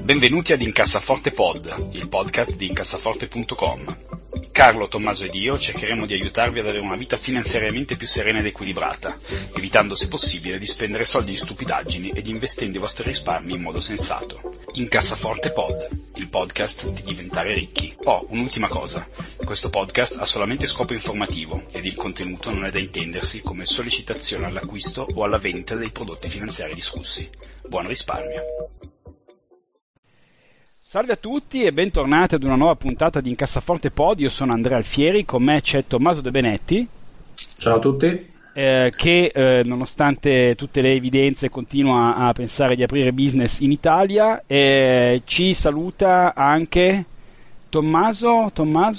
Benvenuti ad Incassaforte Pod, il podcast di incassaforte.com. Carlo, Tommaso ed io cercheremo di aiutarvi ad avere una vita finanziariamente più serena ed equilibrata, evitando se possibile di spendere soldi in stupidaggini ed investendo i vostri risparmi in modo sensato. Incassaforte Pod, il podcast di diventare ricchi. Un'ultima cosa, questo podcast ha solamente scopo informativo ed il contenuto non è da intendersi come sollecitazione all'acquisto o alla vendita dei prodotti finanziari discussi. Buon risparmio! Salve a tutti e bentornati ad una nuova puntata di Incassaforte Pod. Io sono Andrea Alfieri, con me c'è Tommaso De Benetti. Ciao a tutti. Che nonostante tutte le evidenze continua a pensare di aprire business in Italia. Ci saluta anche Tommaso.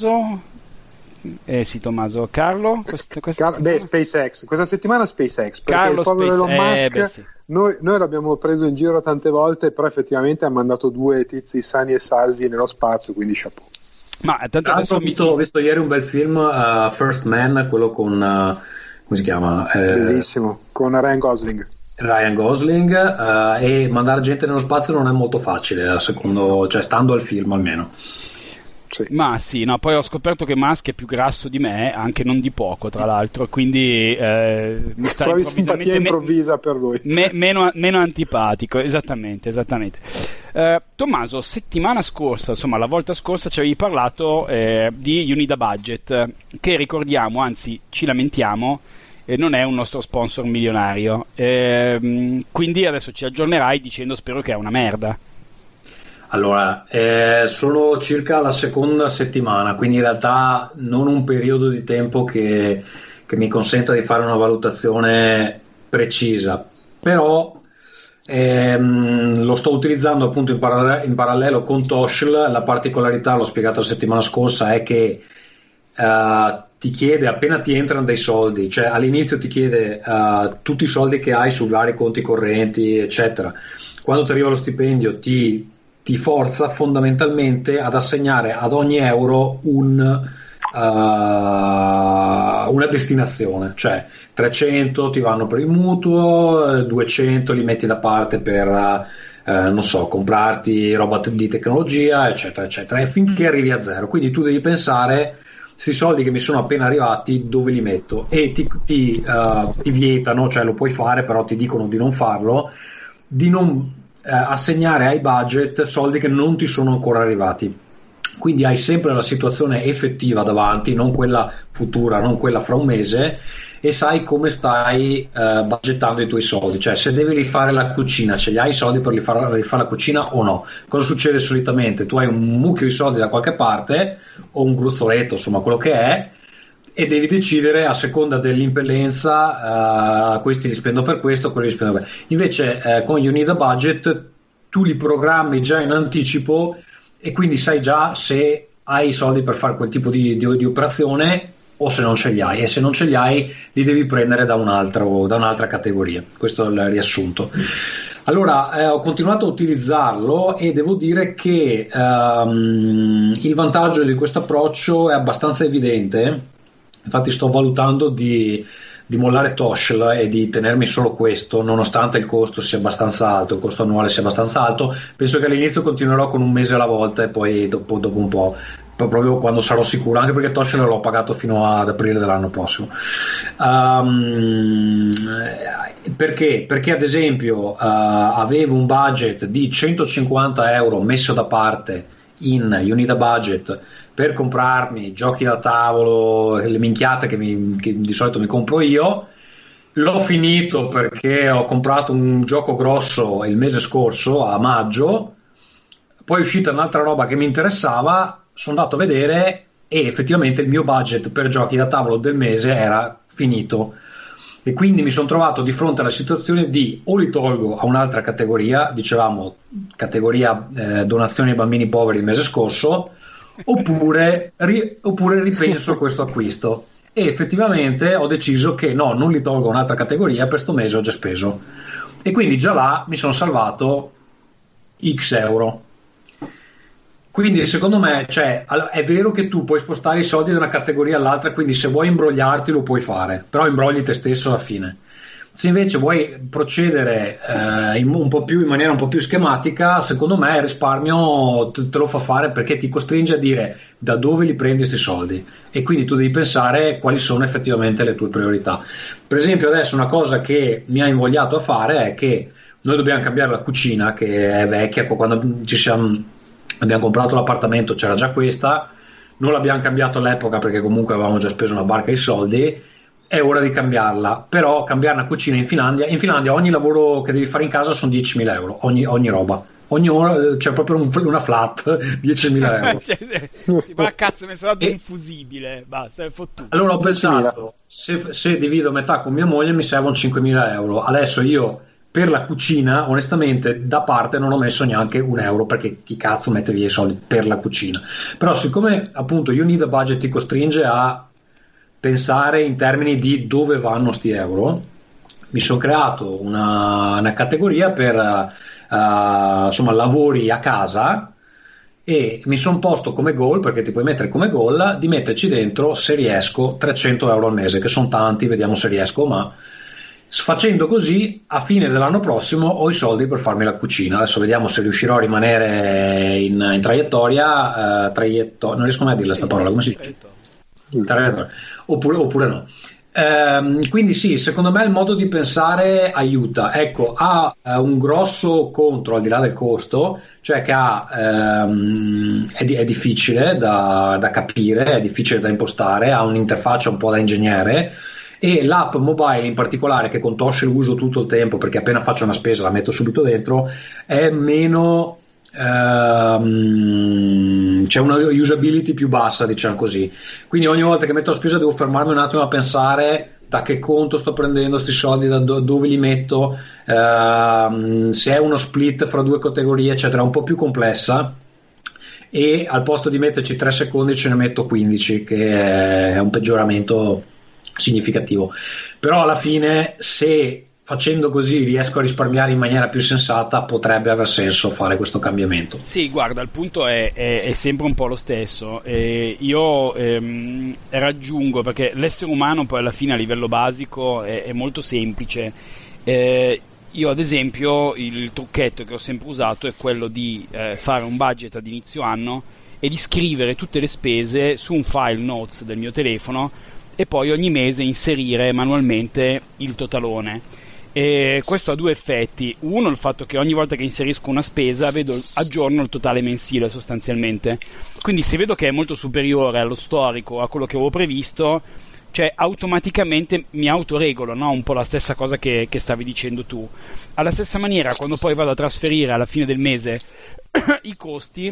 Sì, Tommaso. Carlo? SpaceX. Questa settimana SpaceX, perché Carlo il povero Space... Elon Musk, sì. noi l'abbiamo preso in giro tante volte, però effettivamente ha mandato due tizi sani e salvi nello spazio, quindi chapeau. Ma tanto adesso ho visto ieri un bel film, First Man, quello con come si chiama? Bellissimo, con Ryan Gosling, e mandare gente nello spazio non è molto facile, secondo, cioè stando al film almeno. Sì. Ma sì, no, poi ho scoperto che Musk è più grasso di me, anche non di poco tra l'altro, quindi mi sta trovi simpatia improvvisa per lui. Meno antipatico, esattamente. Tommaso, settimana scorsa, insomma la volta scorsa ci avevi parlato di Unida Budget, che ricordiamo, anzi ci lamentiamo, non è un nostro sponsor milionario, quindi adesso ci aggiornerai dicendo spero che è una merda. Allora, sono circa la seconda settimana, quindi in realtà non un periodo di tempo che mi consenta di fare una valutazione precisa, però lo sto utilizzando appunto in parallelo con Toshl. La particolarità, l'ho spiegato la settimana scorsa, è che ti chiede, appena ti entrano dei soldi, cioè all'inizio ti chiede tutti i soldi che hai su vari conti correnti, eccetera. Quando ti arriva lo stipendio ti forza fondamentalmente ad assegnare ad ogni euro una destinazione, cioè 300 ti vanno per il mutuo, 200 li metti da parte per non so, comprarti roba di tecnologia, eccetera eccetera, e finché arrivi a zero. Quindi tu devi pensare: questi soldi che mi sono appena arrivati dove li metto? E ti vietano, cioè lo puoi fare però ti dicono di non farlo, di non assegnare ai budget soldi che non ti sono ancora arrivati. Quindi hai sempre la situazione effettiva davanti, non quella futura, non quella fra un mese, e sai come stai budgettando i tuoi soldi. Cioè, se devi rifare la cucina, ce li hai i soldi per rifare la cucina o no? Cosa succede solitamente? Tu hai un mucchio di soldi da qualche parte, o un gruzzoletto, insomma quello che è, e devi decidere a seconda dell'impellenza, questi li spendo per questo, quelli li spendo per questo. Invece con Unida Budget tu li programmi già in anticipo e quindi sai già se hai i soldi per fare quel tipo di operazione o se non ce li hai, e se non ce li hai li devi prendere da un'altra categoria. Questo è il riassunto. Allora, ho continuato a utilizzarlo e devo dire che il vantaggio di questo approccio è abbastanza evidente. Infatti sto valutando di mollare Toshl e di tenermi solo questo, nonostante il costo sia abbastanza alto, il costo annuale sia abbastanza alto. Penso che all'inizio continuerò con un mese alla volta e poi dopo un po', proprio quando sarò sicuro, anche perché Toshl l'ho pagato fino ad aprile dell'anno prossimo. Perché ad esempio avevo un budget di 150 euro messo da parte in Unida Budget per comprarmi giochi da tavolo, le minchiate che di solito mi compro io. L'ho finito perché ho comprato un gioco grosso il mese scorso, a maggio, poi è uscita un'altra roba che mi interessava, sono andato a vedere e effettivamente il mio budget per giochi da tavolo del mese era finito. E quindi mi sono trovato di fronte alla situazione di o li tolgo a un'altra categoria, dicevamo categoria donazioni ai bambini poveri il mese scorso, oppure ripenso a questo acquisto. E effettivamente ho deciso che no, non li tolgo a un'altra categoria, per sto mese ho già speso, e quindi già là mi sono salvato X euro. Quindi secondo me, cioè, è vero che tu puoi spostare i soldi da una categoria all'altra, quindi se vuoi imbrogliarti lo puoi fare, però imbrogli te stesso alla fine. Se invece vuoi procedere in maniera un po' più schematica, secondo me il risparmio te lo fa fare perché ti costringe a dire da dove li prendi questi soldi, e quindi tu devi pensare quali sono effettivamente le tue priorità. Per esempio adesso una cosa che mi ha invogliato a fare è che noi dobbiamo cambiare la cucina, che è vecchia. Quando abbiamo comprato l'appartamento c'era già questa, non l'abbiamo cambiato all'epoca perché comunque avevamo già speso una barca di soldi. È ora di cambiarla, però cambiare una cucina in Finlandia ogni lavoro che devi fare in casa sono 10.000 euro, ogni roba, ogni ora c'è proprio una flat 10.000 euro. Ma cazzo, mi è stato un fusibile, basta, è fottuto. Allora ho pensato, se divido metà con mia moglie mi servono 5.000 euro. Adesso io per la cucina onestamente da parte non ho messo neanche un euro, perché chi cazzo mette via i soldi per la cucina. Però siccome appunto You Need a Budget ti costringe a pensare in termini di dove vanno sti euro, mi sono creato una categoria per insomma lavori a casa, e mi sono posto come goal, perché ti puoi mettere come goal di metterci dentro, se riesco, 300 euro al mese, che sono tanti, vediamo se riesco, ma facendo così a fine dell'anno prossimo ho i soldi per farmi la cucina. Adesso vediamo se riuscirò a rimanere in traiettoria, non riesco mai a dirla sta parola, come si dice? Oppure no. Quindi sì, secondo me il modo di pensare aiuta. Ecco, ha un grosso contro al di là del costo, cioè che è difficile da capire, è difficile da impostare, ha un'interfaccia un po' da ingegnere, e l'app mobile in particolare, che con Tosh uso tutto il tempo perché appena faccio una spesa la metto subito dentro, è meno c'è una usability più bassa, diciamo così. Quindi ogni volta che metto la spesa devo fermarmi un attimo a pensare da che conto sto prendendo questi soldi, dove li metto, se è uno split fra due categorie eccetera. È un po' più complessa, e al posto di metterci 3 secondi ce ne metto 15, che è un peggioramento significativo. Però alla fine, se facendo così riesco a risparmiare in maniera più sensata, potrebbe aver senso fare questo cambiamento. Sì, guarda, il punto è sempre un po' lo stesso. Io raggiungo, perché l'essere umano poi alla fine a livello basico è molto semplice. Io ad esempio il trucchetto che ho sempre usato è quello di fare un budget ad inizio anno e di scrivere tutte le spese su un file notes del mio telefono, e poi ogni mese inserire manualmente il totalone. E questo ha due effetti: uno, il fatto che ogni volta che inserisco una spesa aggiorno il totale mensile sostanzialmente, quindi se vedo che è molto superiore allo storico, a quello che avevo previsto, cioè automaticamente mi autoregolo, no? Un po' la stessa cosa che stavi dicendo tu. Alla stessa maniera, quando poi vado a trasferire alla fine del mese i costi,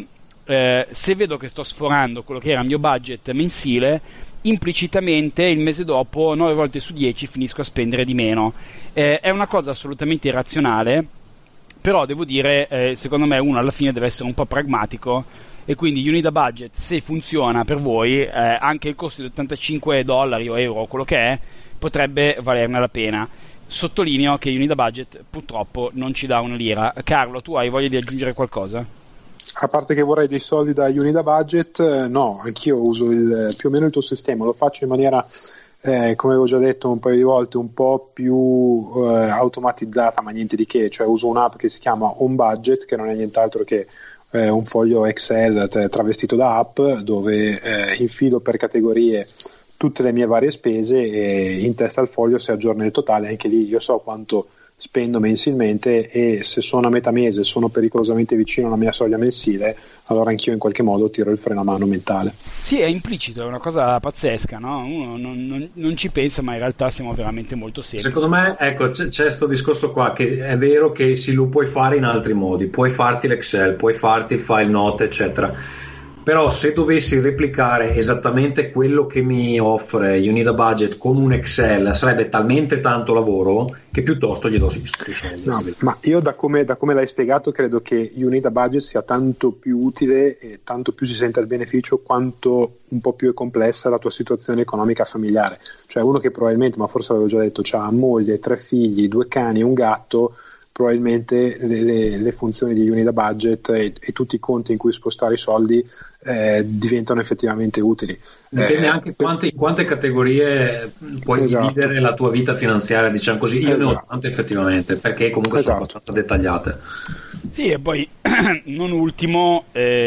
se vedo che sto sforando quello che era il mio budget mensile, implicitamente il mese dopo 9 volte su 10 finisco a spendere di meno. È una cosa assolutamente irrazionale, però devo dire, secondo me uno alla fine deve essere un po' pragmatico, e quindi You Need a Budget, se funziona per voi, anche il costo di $85 o euro, quello che è, potrebbe valerne la pena. Sottolineo che You Need a Budget purtroppo non ci dà una lira. Carlo, tu hai voglia di aggiungere qualcosa? A parte che vorrei dei soldi da You Need a Budget, no, anch'io uso più o meno il tuo sistema, lo faccio in maniera, come avevo già detto un paio di volte, un po' più automatizzata, ma niente di che. Cioè uso un'app che si chiama Home Budget, che non è nient'altro che un foglio Excel travestito da app, dove infilo per categorie tutte le mie varie spese, e in testa al foglio si aggiorna il totale. Anche lì io so quanto spendo mensilmente, e se sono a metà mese, sono pericolosamente vicino alla mia soglia mensile, allora anch'io in qualche modo tiro il freno a mano mentale. Sì, è implicito, è una cosa pazzesca, no? Uno non ci pensa, ma in realtà siamo veramente molto seri. Secondo me, ecco, c'è questo discorso qua, che è vero che lo puoi fare in altri modi, puoi farti l'Excel, puoi farti il file note eccetera, però se dovessi replicare esattamente quello che mi offre You Need a Budget con un Excel, sarebbe talmente tanto lavoro che piuttosto gli do i soldi. No, ma io da come l'hai spiegato credo che You Need a Budget sia tanto più utile e tanto più si sente il beneficio quanto un po' più è complessa la tua situazione economica familiare. Cioè uno che probabilmente, ma forse l'avevo già detto, ha moglie, 3 figli, 2 cani e un gatto, probabilmente le funzioni di Unida Budget e tutti i conti in cui spostare i soldi diventano effettivamente utili. Dipende anche in quante categorie puoi dividere la tua vita finanziaria, diciamo così. Io ne ho tante effettivamente, perché comunque sono abbastanza dettagliate. Sì, e poi non ultimo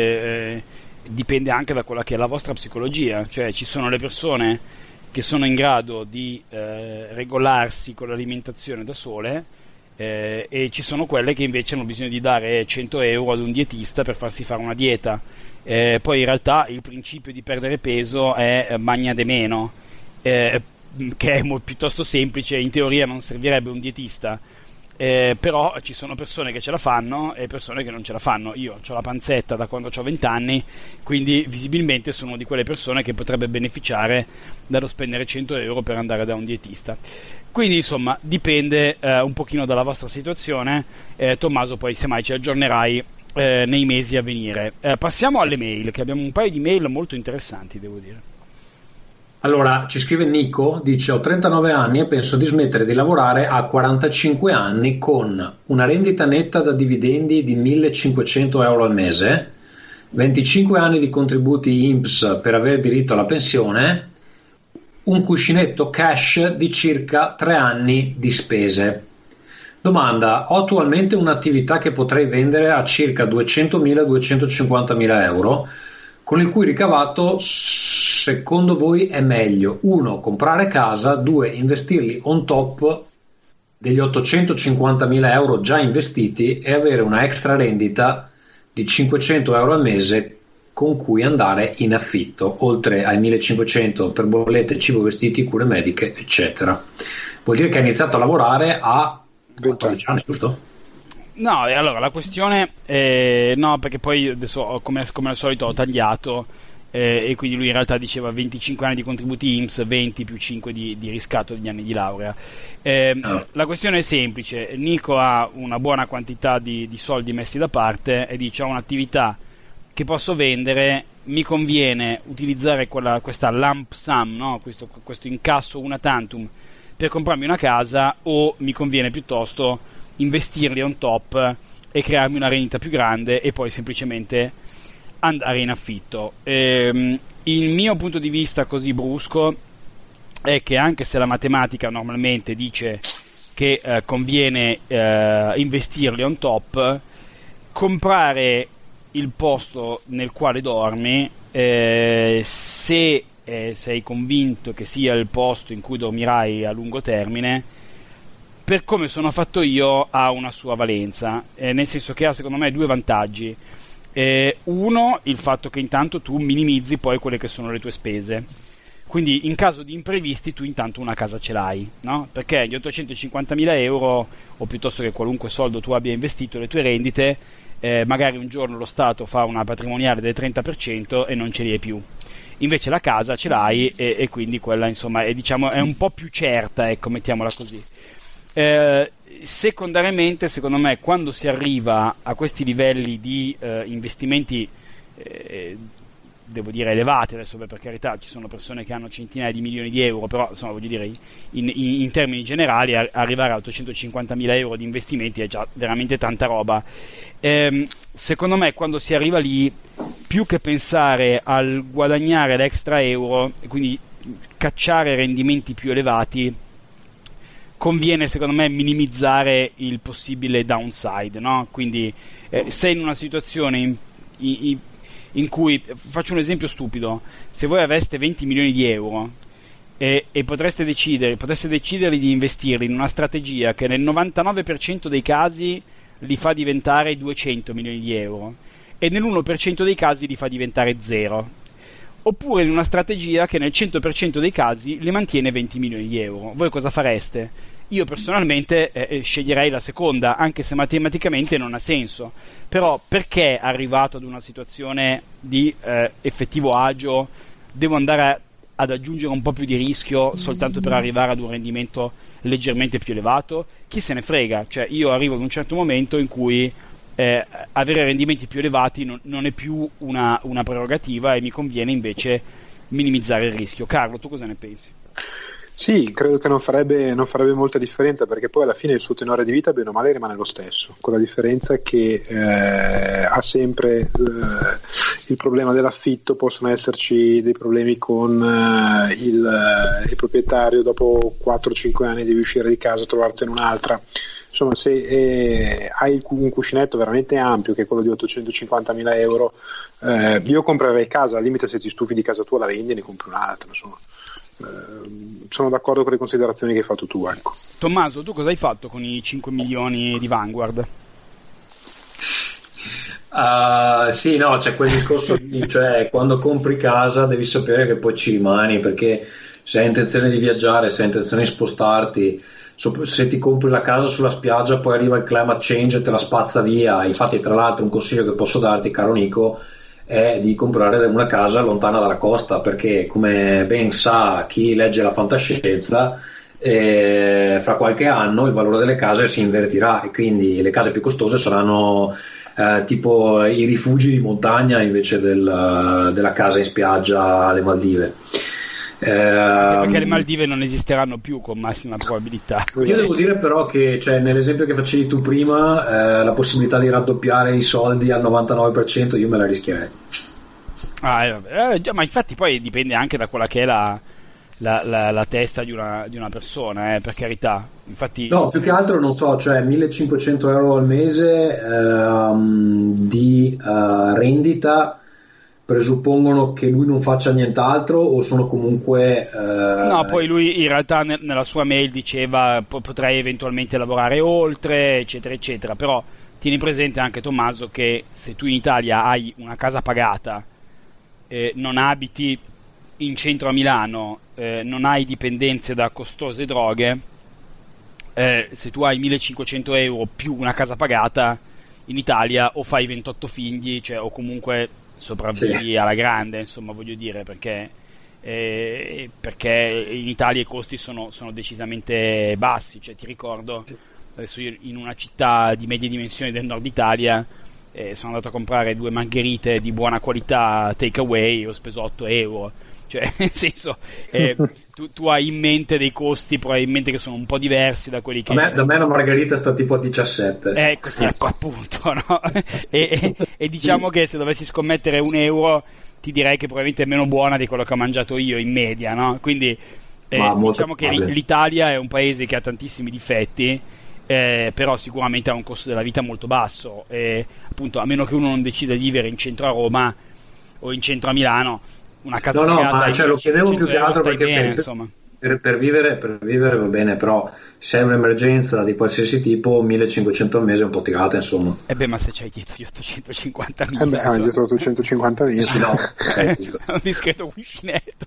dipende anche da quella che è la vostra psicologia, cioè ci sono le persone che sono in grado di regolarsi con l'alimentazione da sole, e ci sono quelle che invece hanno bisogno di dare 100 euro ad un dietista per farsi fare una dieta. Poi in realtà il principio di perdere peso è magna de meno, che è piuttosto semplice, in teoria non servirebbe un dietista, però ci sono persone che ce la fanno e persone che non ce la fanno. Io ho la panzetta da quando ho 20 anni, quindi visibilmente sono di quelle persone che potrebbe beneficiare dallo spendere 100 euro per andare da un dietista. Quindi insomma dipende un pochino dalla vostra situazione. Tommaso, poi semmai ci aggiornerai nei mesi a venire. Passiamo alle mail, che abbiamo un paio di mail molto interessanti, devo dire. Allora, ci scrive Nico, dice: ho 39 anni e penso di smettere di lavorare a 45 anni con una rendita netta da dividendi di 1.500 euro al mese, 25 anni di contributi INPS per avere diritto alla pensione, un cuscinetto cash di circa 3 anni di spese. Domanda: ho attualmente un'attività che potrei vendere a circa 200.000-250.000 euro, con il cui ricavato secondo voi è meglio 1. comprare casa, 2. investirli on top degli 850.000 euro già investiti e avere una extra rendita di 500 euro al mese con cui andare in affitto, oltre ai 1.500 per bollette, cibo, vestiti, cure mediche, eccetera. Vuol dire che ha iniziato a lavorare a 14 anni, giusto? No, allora la questione no, perché poi adesso come al solito ho tagliato, e quindi lui in realtà diceva 25 anni di contributi INPS, 20 più 5 di riscatto degli anni di laurea. La questione è semplice: Nico ha una buona quantità di soldi messi da parte e dice: ho un'attività che posso vendere, mi conviene utilizzare questa lump sum, no? questo incasso una tantum per comprarmi una casa, o mi conviene piuttosto investirli on top e crearmi una rendita più grande e poi semplicemente andare in affitto. Il mio punto di vista così brusco è che, anche se la matematica normalmente dice che conviene investirli on top, comprare il posto nel quale dormi, se sei convinto che sia il posto in cui dormirai a lungo termine, per come sono fatto io ha una sua valenza, nel senso che ha secondo me due vantaggi. Uno, il fatto che intanto tu minimizzi poi quelle che sono le tue spese, quindi in caso di imprevisti tu intanto una casa ce l'hai, no? Perché gli 850.000 euro, o piuttosto che qualunque soldo tu abbia investito, le tue rendite, magari un giorno lo Stato fa una patrimoniale del 30% e non ce li hai più. Invece la casa ce l'hai, e quindi quella insomma è, diciamo, è un po' più certa, ecco, mettiamola così. Secondariamente, secondo me, quando si arriva a questi livelli di investimenti, devo dire elevati, adesso per carità ci sono persone che hanno centinaia di milioni di euro, però insomma, voglio dire, in termini generali arrivare a 850.000 euro di investimenti è già veramente tanta roba. Secondo me, quando si arriva lì, più che pensare al guadagnare l'extra euro e quindi cacciare rendimenti più elevati, conviene secondo me minimizzare il possibile downside, no? Quindi sei in una situazione in cui, faccio un esempio stupido, se voi aveste 20 milioni di euro e poteste decidere di investirli in una strategia che nel 99% dei casi li fa diventare 200 milioni di euro e nell'1% dei casi li fa diventare 0, oppure in una strategia che nel 100% dei casi li mantiene 20 milioni di euro, voi cosa fareste? Io personalmente sceglierei la seconda, anche se matematicamente non ha senso, però perché arrivato ad una situazione di effettivo agio devo andare ad aggiungere un po' più di rischio soltanto per arrivare ad un rendimento leggermente più elevato? Chi se ne frega, cioè io arrivo ad un certo momento in cui avere rendimenti più elevati non è più una prerogativa e mi conviene invece minimizzare il rischio. Carlo, tu cosa ne pensi? Sì, credo che non farebbe molta differenza, perché poi alla fine il suo tenore di vita bene o male rimane lo stesso, con la differenza che ha sempre il problema dell'affitto, possono esserci dei problemi con il proprietario, dopo 4-5 anni devi uscire di casa, trovartene un'altra. Insomma, se hai un cuscinetto veramente ampio, che è quello di 850.000 euro, io comprerei casa, al limite se ti stufi di casa tua la vendi e ne compri un'altra, insomma. Sono d'accordo con le considerazioni che hai fatto tu, ecco. Tommaso, tu cosa hai fatto con i 5 milioni di Vanguard? Sì, no, c'è quel discorso lì, cioè quando compri casa devi sapere che poi ci rimani, perché se hai intenzione di viaggiare, se hai intenzione di spostarti, se ti compri la casa sulla spiaggia, poi arriva il climate change e te la spazza via. Infatti, tra l'altro, un consiglio che posso darti, caro Nico, è di comprare una casa lontana dalla costa, perché come ben sa chi legge la fantascienza, fra qualche anno il valore delle case si invertirà e quindi le case più costose saranno tipo i rifugi di montagna invece della casa in spiaggia alle Maldive. Perché le Maldive non esisteranno più con massima probabilità. Io devo dire però che, cioè, nell'esempio che facevi tu prima, la possibilità di raddoppiare i soldi al 99% io me la rischierei. Ma infatti poi dipende anche da quella che è la testa di una persona, per carità. Infatti, no, più che altro non so, cioè 1.500 euro al mese di rendita presuppongono che lui non faccia nient'altro o sono comunque no, poi lui in realtà nella sua mail diceva potrei eventualmente lavorare oltre, eccetera eccetera, però tieni presente anche, Tommaso, che se tu in Italia hai una casa pagata, non abiti in centro a Milano, non hai dipendenze da costose droghe, se tu hai 1.500 euro più una casa pagata in Italia, o fai 28 figli, cioè, o comunque sopravvivi alla grande, insomma, voglio dire, perché in Italia i costi sono decisamente bassi. Cioè, ti ricordo, adesso io in una città di medie dimensioni del nord Italia sono andato a comprare 2 margherite di buona qualità take away, ho speso 8 euro, cioè nel senso tu hai in mente dei costi probabilmente che sono un po' diversi da quelli che... Da me la margherita sta tipo a 17. Ecco, sì, appunto, no? E diciamo che se dovessi scommettere 1 euro ti direi che probabilmente è meno buona di quello che ho mangiato io in media, no? Quindi diciamo che l'Italia è un paese che ha tantissimi difetti, però sicuramente ha un costo della vita molto basso, appunto, a meno che uno non decida di vivere in centro a Roma o in centro a Milano, una casa ma cioè, lo chiedevo più che altro perché bene, per vivere va bene, però se hai un'emergenza di qualsiasi tipo 1.500 al mese è un po' tirata, insomma. Ma se c'hai dietro gli 850.000, hai dietro 850.000, un discreto cuscinetto,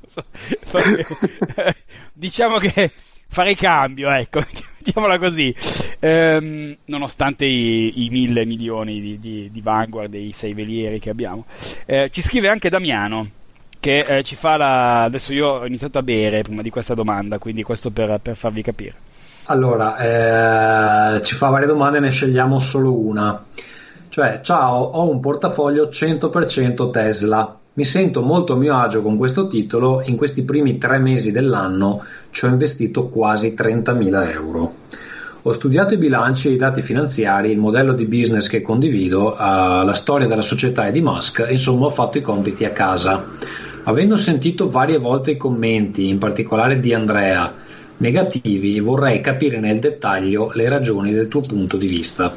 diciamo che farei cambio, ecco, mettiamola così, nonostante i 1.000 milioni di Vanguard e i 6 velieri che abbiamo. Ci scrive anche Damiano, che ci fa adesso io ho iniziato a bere prima di questa domanda, quindi questo per farvi capire. Allora, ci fa varie domande, ne scegliamo solo una. Cioè, ciao, ho un portafoglio 100% Tesla. Mi sento molto a mio agio con questo titolo. In questi primi 3 mesi dell'anno ci ho investito quasi 30.000 euro. Ho studiato i bilanci e i dati finanziari, il modello di business che condivido, la storia della società e di Musk, insomma ho fatto i compiti a casa. Avendo sentito varie volte i commenti, in particolare di Andrea, negativi, vorrei capire nel dettaglio le ragioni del tuo punto di vista.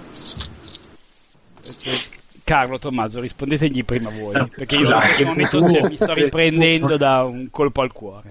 Carlo, Tommaso, rispondetegli prima voi, perché io in questo momento mi sto riprendendo da un colpo al cuore.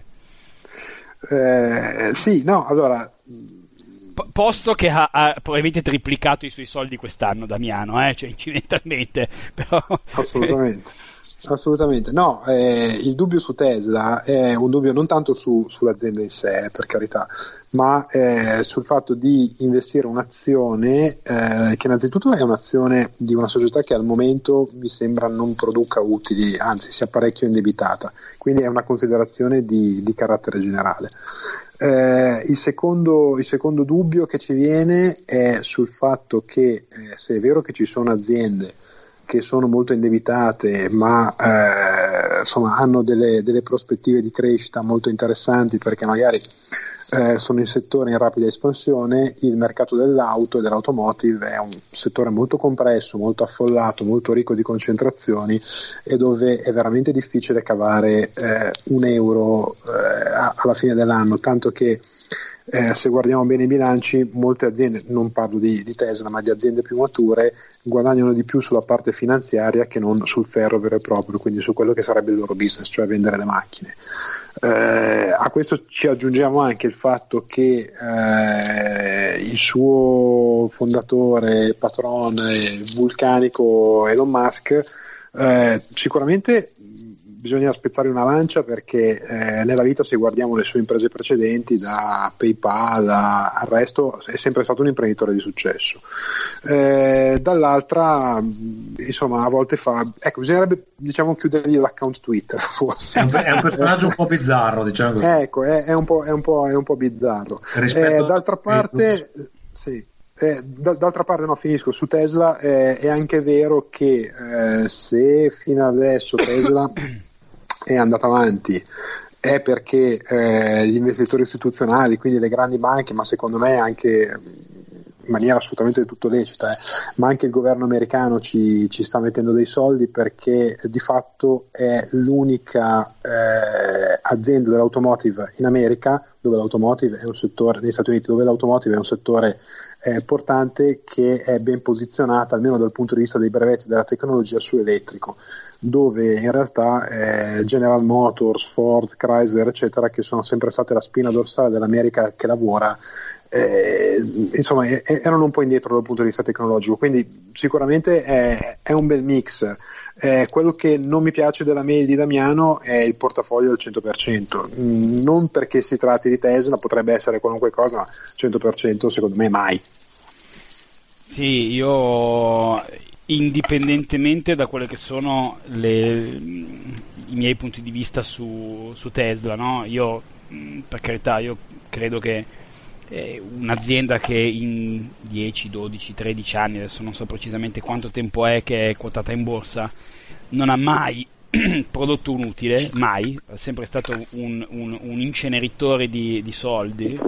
Sì, no, allora... Posto che ha probabilmente triplicato i suoi soldi quest'anno, Damiano, cioè incidentalmente, però... Assolutamente, no, il dubbio su Tesla è un dubbio non tanto sull'azienda in sé, per carità, ma sul fatto di investire un'azione che innanzitutto è un'azione di una società che al momento mi sembra non produca utili, anzi sia parecchio indebitata, quindi è una considerazione di carattere generale. Il secondo dubbio che ci viene è sul fatto che se è vero che ci sono aziende che sono molto indebitate ma insomma hanno delle prospettive di crescita molto interessanti, perché magari sono in settori in rapida espansione. Il mercato dell'auto e dell'automotive è un settore molto compresso, molto affollato, molto ricco di concentrazioni, e dove è veramente difficile cavare un euro alla fine dell'anno, tanto che se guardiamo bene i bilanci, molte aziende, non parlo di Tesla ma di aziende più mature, guadagnano di più sulla parte finanziaria che non sul ferro vero e proprio, quindi su quello che sarebbe il loro business, cioè vendere le macchine. A questo ci aggiungiamo anche il fatto che il suo fondatore, patrone vulcanico Elon Musk, sicuramente bisogna aspettare una lancia, perché nella vita, se guardiamo le sue imprese precedenti, da PayPal al resto, è sempre stato un imprenditore di successo. Dall'altra, insomma, a volte bisognerebbe, diciamo, chiudergli l'account Twitter, forse. È un personaggio un po' bizzarro, diciamo così. Ecco, è un po' bizzarro. D'altra parte, sì. D'altra parte, no, finisco su Tesla. È anche vero che se fino adesso Tesla è andata avanti è perché gli investitori istituzionali, quindi le grandi banche, ma secondo me anche in maniera assolutamente del tutto lecita, ma anche il governo americano ci sta mettendo dei soldi, perché di fatto è l'unica azienda dell'automotive in America, dove l'automotive è un settore, negli Stati Uniti, dove l'automotive è un settore portante, che è ben posizionata almeno dal punto di vista dei brevetti della tecnologia su elettrico, dove in realtà General Motors, Ford, Chrysler eccetera, che sono sempre state la spina dorsale dell'America che lavora, insomma erano un po' indietro dal punto di vista tecnologico, quindi sicuramente è un bel mix. Quello che non mi piace della mail di Damiano è il portafoglio al 100%, non perché si tratti di Tesla, potrebbe essere qualunque cosa, ma 100% secondo me mai. Sì, io, indipendentemente da quelle che sono i miei punti di vista su Tesla, no? Io, per carità, io credo che un'azienda che in 10, 12, 13 anni, adesso non so precisamente quanto tempo è che è quotata in borsa, non ha mai prodotto un utile, mai, è sempre stato un inceneritore di soldi,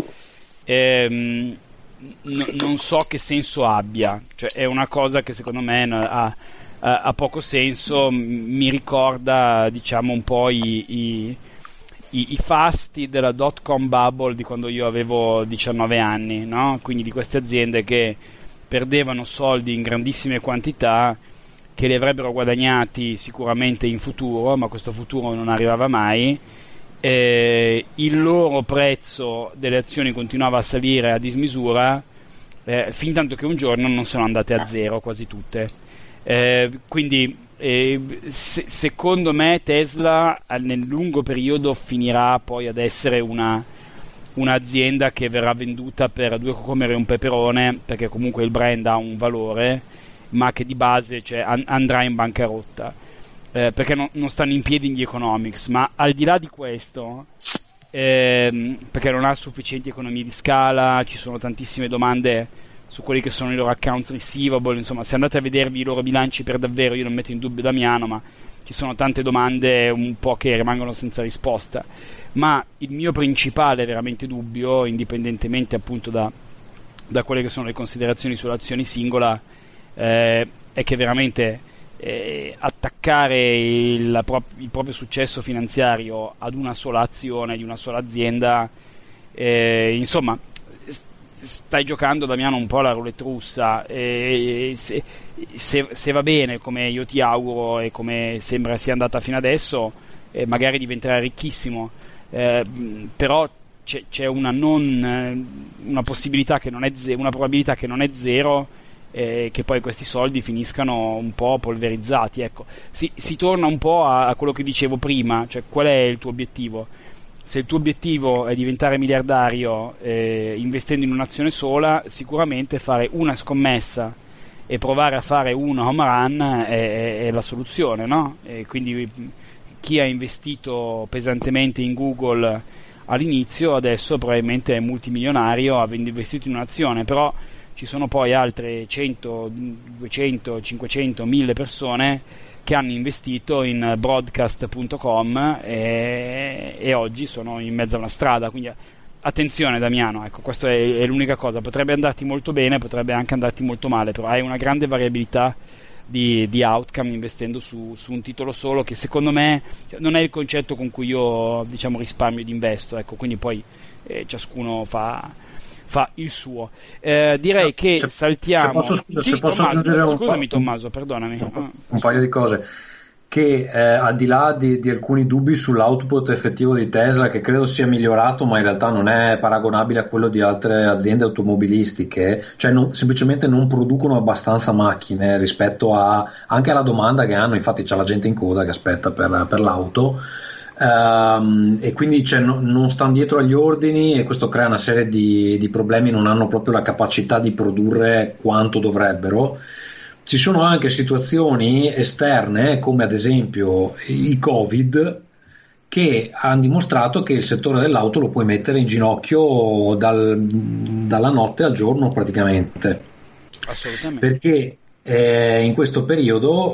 non so che senso abbia, cioè è una cosa che secondo me ha poco senso. Mi ricorda, diciamo, un po' i fasti della dot-com bubble di quando io avevo 19 anni, no? Quindi di queste aziende che perdevano soldi in grandissime quantità, che li avrebbero guadagnati sicuramente in futuro, ma questo futuro non arrivava mai. Il loro prezzo delle azioni continuava a salire a dismisura, fin tanto che un giorno non sono andate a zero quasi tutte. Quindi secondo me Tesla nel lungo periodo finirà poi ad essere un'azienda che verrà venduta per due cocomere e un peperone, perché comunque il brand ha un valore, ma che di base, cioè, andrà in bancarotta, perché non stanno in piedi gli economics. Ma al di là di questo, perché non ha sufficienti economie di scala, ci sono tantissime domande su quelli che sono i loro accounts receivable, insomma, se andate a vedervi i loro bilanci per davvero, io non metto in dubbio Damiano, ma ci sono tante domande un po' che rimangono senza risposta. Ma il mio principale veramente dubbio, indipendentemente appunto da quelle che sono le considerazioni sull'azione singola, è che veramente attaccare il proprio successo finanziario ad una sola azione di una sola azienda, insomma, stai giocando, Damiano, un po' la roulette russa. Se va bene, come io ti auguro e come sembra sia andata fino adesso, magari diventerai ricchissimo, però c'è una possibilità che non è una probabilità che non è zero, che poi questi soldi finiscano un po' polverizzati. Ecco, si torna un po' a quello che dicevo prima, cioè qual è il tuo obiettivo? Se il tuo obiettivo è diventare miliardario investendo in un'azione sola, sicuramente fare una scommessa e provare a fare un home run è la soluzione, no? E quindi chi ha investito pesantemente in Google all'inizio adesso probabilmente è multimilionario avendo investito in un'azione, però ci sono poi altre 100, 200, 500, 1000 persone che hanno investito in broadcast.com e oggi sono in mezzo a una strada, quindi attenzione Damiano, ecco, questa è l'unica cosa, potrebbe andarti molto bene, potrebbe anche andarti molto male, però hai una grande variabilità di outcome investendo su un titolo solo, che secondo me non è il concetto con cui io, diciamo, risparmio ed investo, ecco, quindi poi ciascuno fa il suo. Direi che saltiamo. Se posso aggiungere scusami Tommaso, perdonami. Un paio di cose. Che al di là di alcuni dubbi sull'output effettivo di Tesla, che credo sia migliorato, ma in realtà non è paragonabile a quello di altre aziende automobilistiche, cioè semplicemente non producono abbastanza macchine rispetto anche alla domanda che hanno, infatti c'è la gente in coda che aspetta per l'auto, e quindi non stanno dietro agli ordini, e questo crea una serie di problemi, non hanno proprio la capacità di produrre quanto dovrebbero. Ci sono anche situazioni esterne, come ad esempio il Covid, che hanno dimostrato che il settore dell'auto lo puoi mettere in ginocchio dalla notte al giorno praticamente. Assolutamente. Perché in questo periodo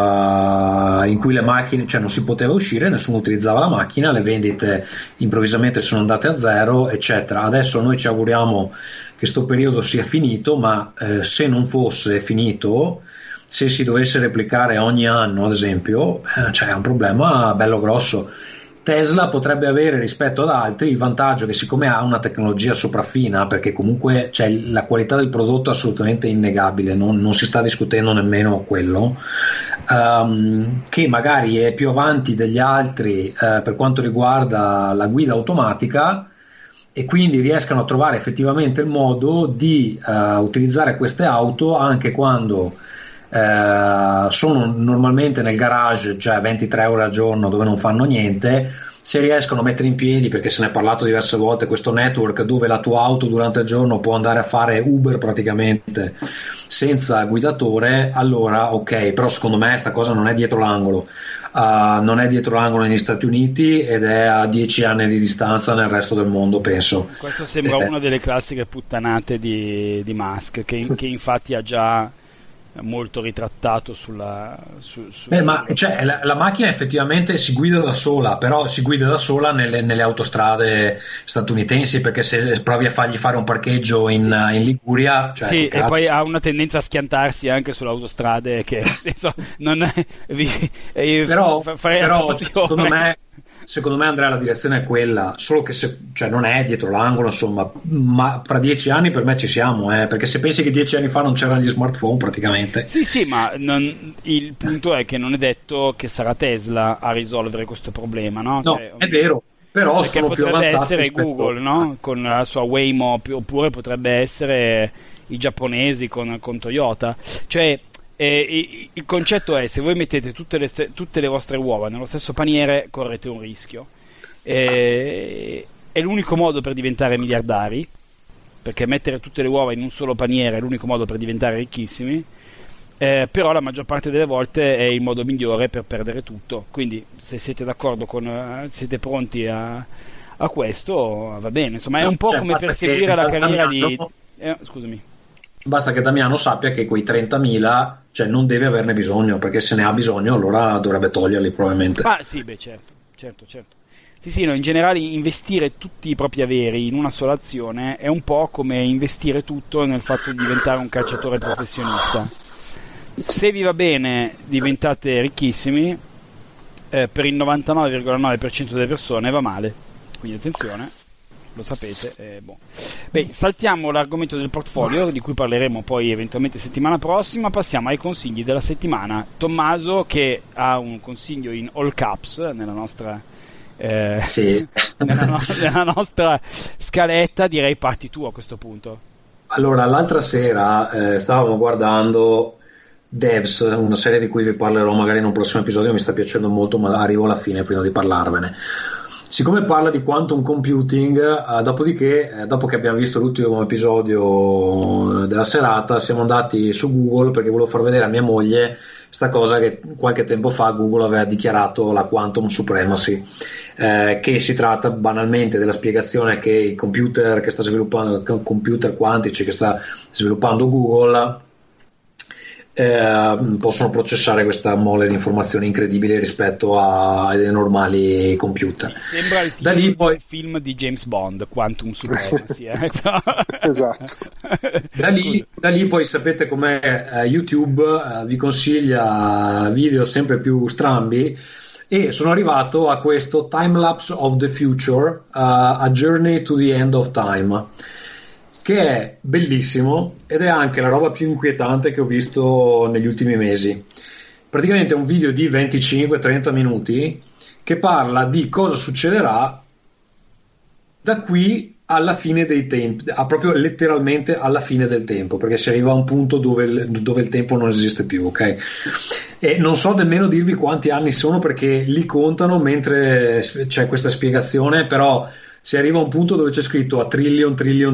in cui le macchine, cioè non si poteva uscire, nessuno utilizzava la macchina, le vendite improvvisamente sono andate a zero, eccetera. Adesso noi ci auguriamo che questo periodo sia finito, ma se non fosse finito, se si dovesse replicare ogni anno ad esempio, c'è un problema bello grosso. Tesla potrebbe avere rispetto ad altri il vantaggio che, siccome ha una tecnologia sopraffina, perché comunque la qualità del prodotto è assolutamente innegabile, non si sta discutendo nemmeno quello, che magari è più avanti degli altri per quanto riguarda la guida automatica, e quindi riescano a trovare effettivamente il modo di utilizzare queste auto anche quando sono normalmente nel garage, cioè 23 ore al giorno dove non fanno niente. Se riescono a mettere in piedi, perché se ne è parlato diverse volte, questo network dove la tua auto durante il giorno può andare a fare Uber praticamente senza guidatore, allora ok, però secondo me sta cosa non è dietro l'angolo. Non è dietro l'angolo negli Stati Uniti ed è a 10 anni di distanza nel resto del mondo, penso. Questo sembra una delle classiche puttanate di Musk, che infatti ha già molto ritrattato ma cioè, la macchina effettivamente si guida da sola, però si guida da sola nelle autostrade statunitensi, perché se provi a fargli fare un parcheggio in Liguria, cioè, sì, e poi ha una tendenza a schiantarsi anche sulle autostrade, che nel senso non è, però secondo me Andrea la direzione è quella, solo che cioè non è dietro l'angolo, insomma, ma fra 10 anni per me ci siamo, perché se pensi che 10 anni fa non c'erano gli smartphone praticamente. Sì, ma il punto è che non è detto che sarà Tesla a risolvere questo problema, no? No, cioè, è vero, però sono più avanzati. Potrebbe essere Google, no? Con la sua Waymo, oppure potrebbe essere i giapponesi con Toyota, cioè il concetto è: se voi mettete tutte le vostre uova nello stesso paniere, correte un rischio. È l'unico modo per diventare miliardari, perché mettere tutte le uova in un solo paniere è l'unico modo per diventare ricchissimi, però la maggior parte delle volte è il modo migliore per perdere tutto. Quindi se siete d'accordo siete pronti a questo, va bene, insomma, è un po' come perseguire la carriera di scusami. Basta che Damiano sappia che quei 30.000, cioè, non deve averne bisogno, perché se ne ha bisogno allora dovrebbe toglierli probabilmente. Sì, beh, certo. Sì, no, in generale investire tutti i propri averi in una sola azione è un po' come investire tutto nel fatto di diventare un calciatore professionista. Se vi va bene diventate ricchissimi, per il 99,9% delle persone va male, quindi attenzione. Lo sapete, saltiamo l'argomento del portfolio, di cui parleremo poi eventualmente settimana prossima. Passiamo ai consigli della settimana. Tommaso, che ha un consiglio in all caps nella nostra nella nostra scaletta, direi parti tu a questo punto. Allora, l'altra sera stavamo guardando Devs, una serie di cui vi parlerò magari in un prossimo episodio, mi sta piacendo molto, ma arrivo alla fine prima di parlarvene. Siccome parla di quantum computing, dopodiché, dopo che abbiamo visto l'ultimo episodio della serata, siamo andati su Google perché volevo far vedere a mia moglie sta cosa che qualche tempo fa Google aveva dichiarato la quantum supremacy, che si tratta banalmente della spiegazione che i computer computer quantici che sta sviluppando Google possono processare questa mole di informazioni incredibili rispetto ai normali computer. Sembra il da lì poi film di James Bond, Quantum Supremacy. Esatto. Da lì poi sapete com'è, YouTube vi consiglia video sempre più strambi, e sono arrivato a questo Time Lapse of the Future, A Journey to the End of Time, che è bellissimo ed è anche la roba più inquietante che ho visto negli ultimi mesi. Praticamente è un video di 25-30 minuti che parla di cosa succederà da qui alla fine dei tempi, proprio letteralmente alla fine del tempo, perché si arriva a un punto dove il tempo non esiste più, ok? E non so nemmeno dirvi quanti anni sono, perché li contano mentre c'è questa spiegazione, però si arriva a un punto dove c'è scritto a trillion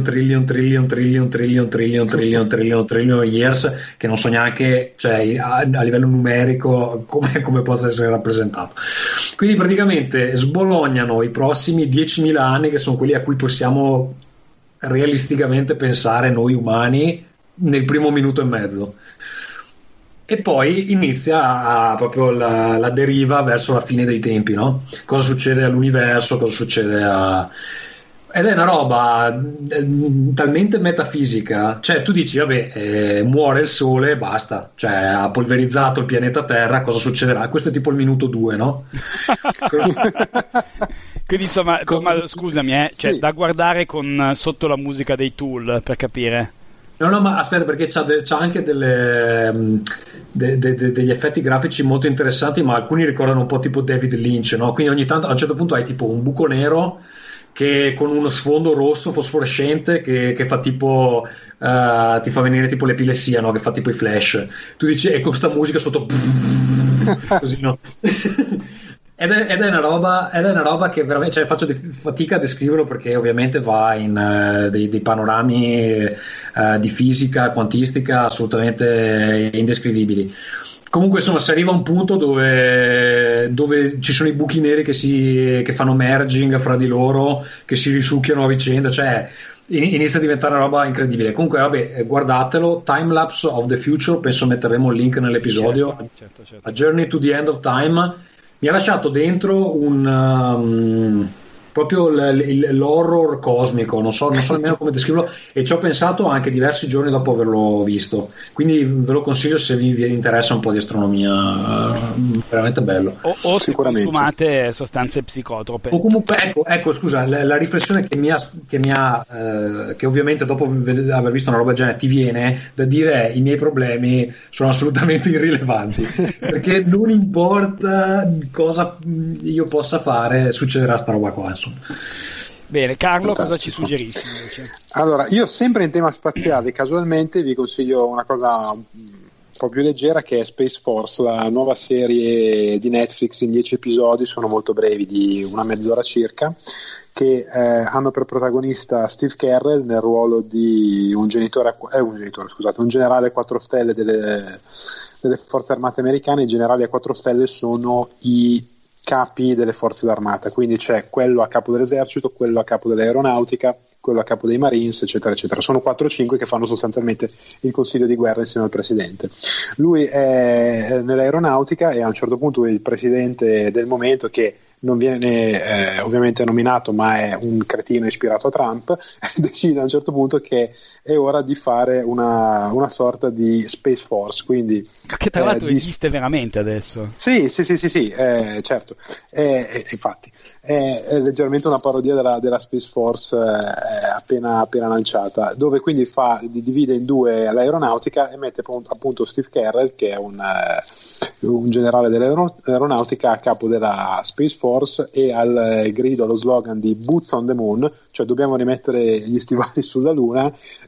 years, che non so neanche, cioè, a livello numerico come possa essere rappresentato. Quindi praticamente sbolognano i prossimi 10.000 anni, che sono quelli a cui possiamo realisticamente pensare noi umani, nel primo minuto e mezzo. E poi inizia proprio la deriva verso la fine dei tempi, no? Cosa succede all'universo, cosa succede ed è una roba talmente metafisica, cioè tu dici vabbè, muore il sole e basta, cioè ha polverizzato il pianeta Terra, cosa succederà? Questo è tipo il minuto 2, no? Quindi insomma, scusami, cioè, sì, da guardare con sotto la musica dei Tool, per capire. No, ma aspetta, perché c'ha anche degli effetti grafici molto interessanti, ma alcuni ricordano un po' tipo David Lynch, no? Quindi ogni tanto a un certo punto hai tipo un buco nero che con uno sfondo rosso fosforescente che fa tipo ti fa venire tipo l'epilessia, no? Che fa tipo i flash. Tu dici, e con questa musica sotto così, no? Ed è una roba che veramente, cioè, faccio fatica a descriverlo, perché ovviamente va in dei panorami di fisica quantistica assolutamente indescrivibili. Comunque insomma si arriva a un punto dove ci sono i buchi neri che fanno merging fra di loro, che si risucchiano a vicenda, cioè inizia a diventare una roba incredibile. Comunque vabbè, guardatelo, Time Lapse of the Future, penso metteremo il link nell'episodio. Sì, certo. A Journey to the End of Time mi ha lasciato dentro proprio l'horror cosmico, non so nemmeno come descriverlo, e ci ho pensato anche diversi giorni dopo averlo visto, quindi ve lo consiglio se vi interessa un po' di astronomia, veramente bello. O se consumate sostanze psicotrope. O comunque ecco scusa, la riflessione che ovviamente dopo aver visto una roba del genere ti viene da dire i miei problemi sono assolutamente irrilevanti, perché non importa cosa io possa fare, succederà sta roba qua, insomma. Bene, Carlo, Fantastico. cosa ci suggerisci invece? Allora, io sempre in tema spaziale, casualmente vi consiglio una cosa un po' più leggera, che è Space Force, la nuova serie di Netflix in 10 episodi, sono molto brevi, di una mezz'ora circa, che hanno per protagonista Steve Carell nel ruolo di un generale a 4 stelle delle forze armate americane. I generali a 4 stelle sono i capi delle forze d'armata, quindi c'è quello a capo dell'esercito, quello a capo dell'aeronautica, quello a capo dei Marines, eccetera eccetera. Sono 4 o 5 che fanno sostanzialmente il consiglio di guerra insieme al presidente. Lui è nell'aeronautica e a un certo punto il presidente del momento, che non viene ovviamente nominato, ma è un cretino ispirato a Trump, decide a un certo punto che è ora di fare una sorta di Space Force, quindi che tra l'altro esiste veramente adesso. Sì, certo, infatti è leggermente una parodia della Space Force appena lanciata, dove quindi divide in due l'aeronautica e mette appunto Steve Carell, che è un generale dell'aeronautica a capo della Space Force, e al grido, allo slogan di Boots on the Moon, cioè dobbiamo rimettere gli stivali sulla Luna,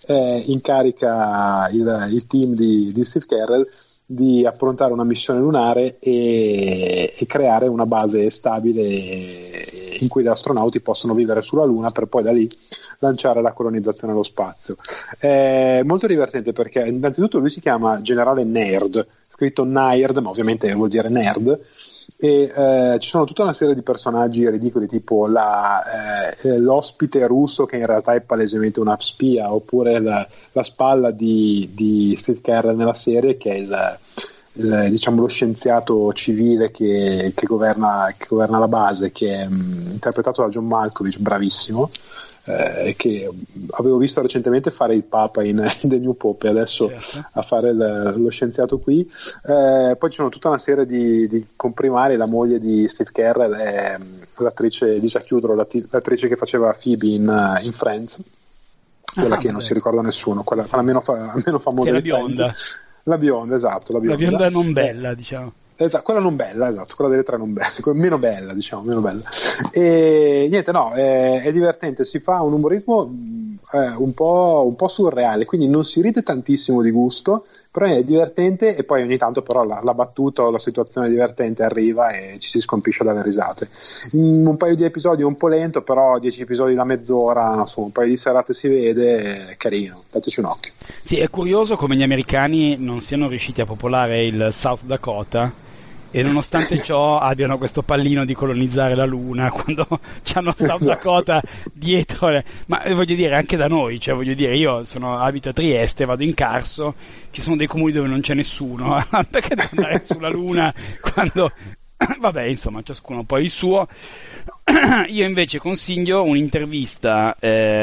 incarica il team di Steve Carell di approntare una missione lunare e creare una base stabile in cui gli astronauti possono vivere sulla Luna, per poi da lì lanciare la colonizzazione allo spazio. È molto divertente perché innanzitutto lui si chiama Generale Nerd, scritto Nerd, ma ovviamente vuol dire nerd, e ci sono tutta una serie di personaggi ridicoli, tipo l'ospite russo che in realtà è palesemente una spia, oppure la spalla di Steve Carell nella serie, che è diciamo lo scienziato civile che governa la base, che è interpretato da John Malkovich, bravissimo, che avevo visto recentemente fare il Papa in The New Pope, e adesso a fare lo scienziato qui. Poi ci sono tutta una serie di comprimari. La moglie di Steve Carell è l'attrice Lisa Kudrow, l'attrice che faceva Phoebe in Friends, quella che non si ricorda nessuno, quella meno famosa, la bionda. La bionda, esatto. La bionda non bella, diciamo. Esatto, quella non bella, esatto, quella delle tre non belle, meno bella, diciamo, meno bella. E niente, no, è divertente, si fa un umorismo un po' surreale, quindi non si ride tantissimo di gusto, però è divertente, e poi ogni tanto però la battuta o la situazione divertente arriva e ci si scompisce dalle risate. Un paio di episodi un po' lento, però 10 episodi da mezz'ora, insomma, un paio di serate si vede, è carino, dateci un occhio. Sì, è curioso come gli americani non siano riusciti a popolare il South Dakota, e nonostante ciò abbiano questo pallino di colonizzare la Luna, quando c'hanno South Dakota dietro. Ma voglio dire, anche da noi, cioè voglio dire, io abito a Trieste, vado in Carso, ci sono dei comuni dove non c'è nessuno, perché devo andare sulla Luna quando... Vabbè, insomma, ciascuno poi il suo. Io invece consiglio un'intervista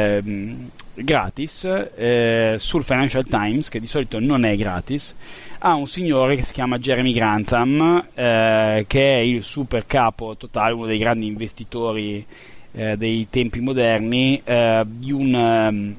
gratis sul Financial Times, che di solito non è gratis, a un signore che si chiama Jeremy Grantham, che è il super capo totale, uno dei grandi investitori dei tempi moderni, di una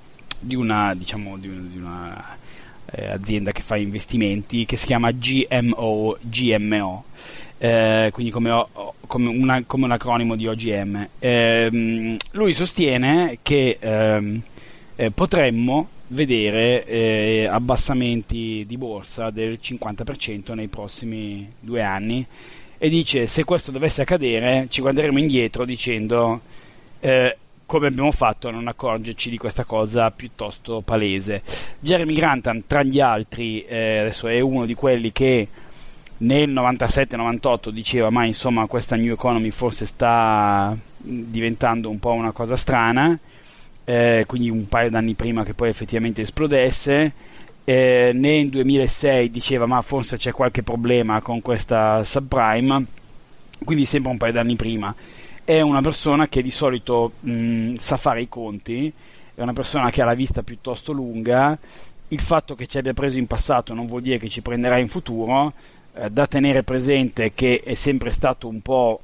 azienda che fa investimenti, che si chiama GMO, quindi come un acronimo di OGM. Lui sostiene che potremmo vedere abbassamenti di borsa del 50% nei prossimi 2 anni, e dice: se questo dovesse accadere ci guarderemo indietro dicendo come abbiamo fatto a non accorgerci di questa cosa piuttosto palese. Jeremy Grantham, tra gli altri, adesso è uno di quelli che nel 97-98 diceva: ma insomma questa New Economy forse sta diventando un po' una cosa strana, quindi un paio d'anni prima che poi effettivamente esplodesse. Nel 2006 diceva: ma forse c'è qualche problema con questa subprime, quindi sempre un paio d'anni prima. È una persona che di solito sa fare i conti, è una persona che ha la vista piuttosto lunga. Il fatto che ci abbia preso in passato non vuol dire che ci prenderà in futuro. Da tenere presente che è sempre stato un po'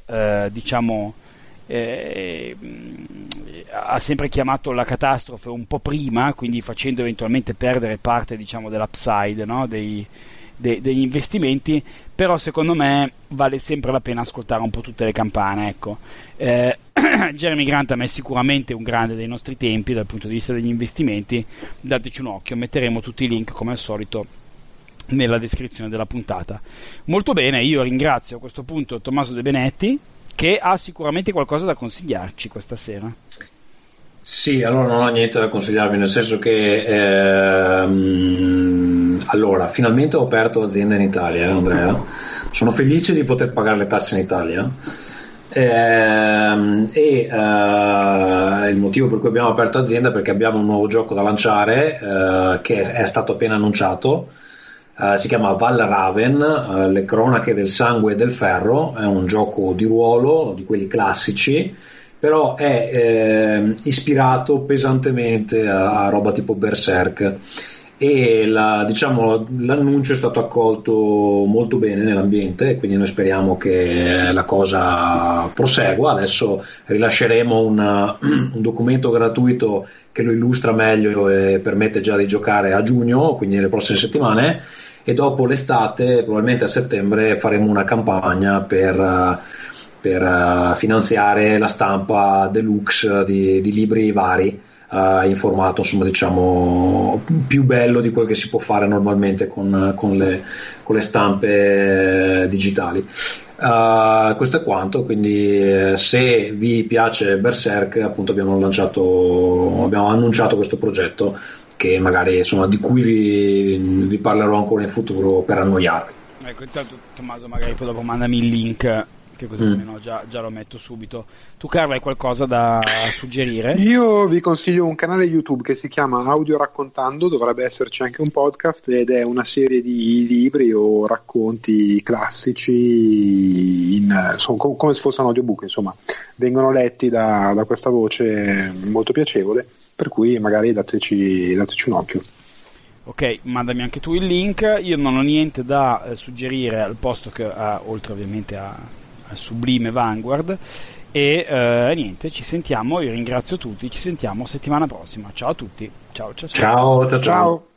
ha sempre chiamato la catastrofe un po' prima, quindi facendo eventualmente perdere parte, diciamo, dell'upside, no? degli investimenti. Però secondo me vale sempre la pena ascoltare un po' tutte le campane, ecco. Jeremy Grantham è sicuramente un grande dei nostri tempi dal punto di vista degli investimenti. Dateci un occhio, metteremo tutti i link come al solito nella descrizione della puntata. Molto bene, io ringrazio a questo punto Tommaso De Benetti, che ha sicuramente qualcosa da consigliarci questa sera. Sì, allora non ho niente da consigliarvi, nel senso che allora, finalmente ho aperto azienda in Italia, Andrea. Sono felice di poter pagare le tasse in Italia, il motivo per cui abbiamo aperto azienda è perché abbiamo un nuovo gioco da lanciare, che è stato appena annunciato. Si chiama Valraven, le cronache del sangue e del ferro. È un gioco di ruolo di quelli classici, però è ispirato pesantemente a roba tipo Berserk, e l'annuncio è stato accolto molto bene nell'ambiente, quindi noi speriamo che la cosa prosegua. Adesso rilasceremo un documento gratuito che lo illustra meglio e permette già di giocare a giugno, quindi nelle prossime settimane, e dopo l'estate, probabilmente a settembre, faremo una campagna per finanziare la stampa deluxe di libri vari, in formato, insomma, diciamo più bello di quel che si può fare normalmente con le stampe digitali. Questo è quanto, quindi se vi piace Berserk, appunto abbiamo annunciato questo progetto che magari insomma di cui vi parlerò ancora in futuro per annoiarvi. Ecco, intanto Tommaso magari poi dopo mandami il link, che così almeno già lo metto subito. Tu Carlo hai qualcosa da suggerire? Io vi consiglio un canale YouTube che si chiama Audio Raccontando, dovrebbe esserci anche un podcast, ed è una serie di libri o racconti classici come se fosse un audiobook, insomma, vengono letti da questa voce molto piacevole, per cui magari dateci un occhio. Ok, mandami anche tu il link. Io non ho niente da suggerire al posto che oltre ovviamente al sublime Vanguard. E niente, ci sentiamo. Io ringrazio tutti. Ci sentiamo settimana prossima. Ciao a tutti. Ciao. Ciao.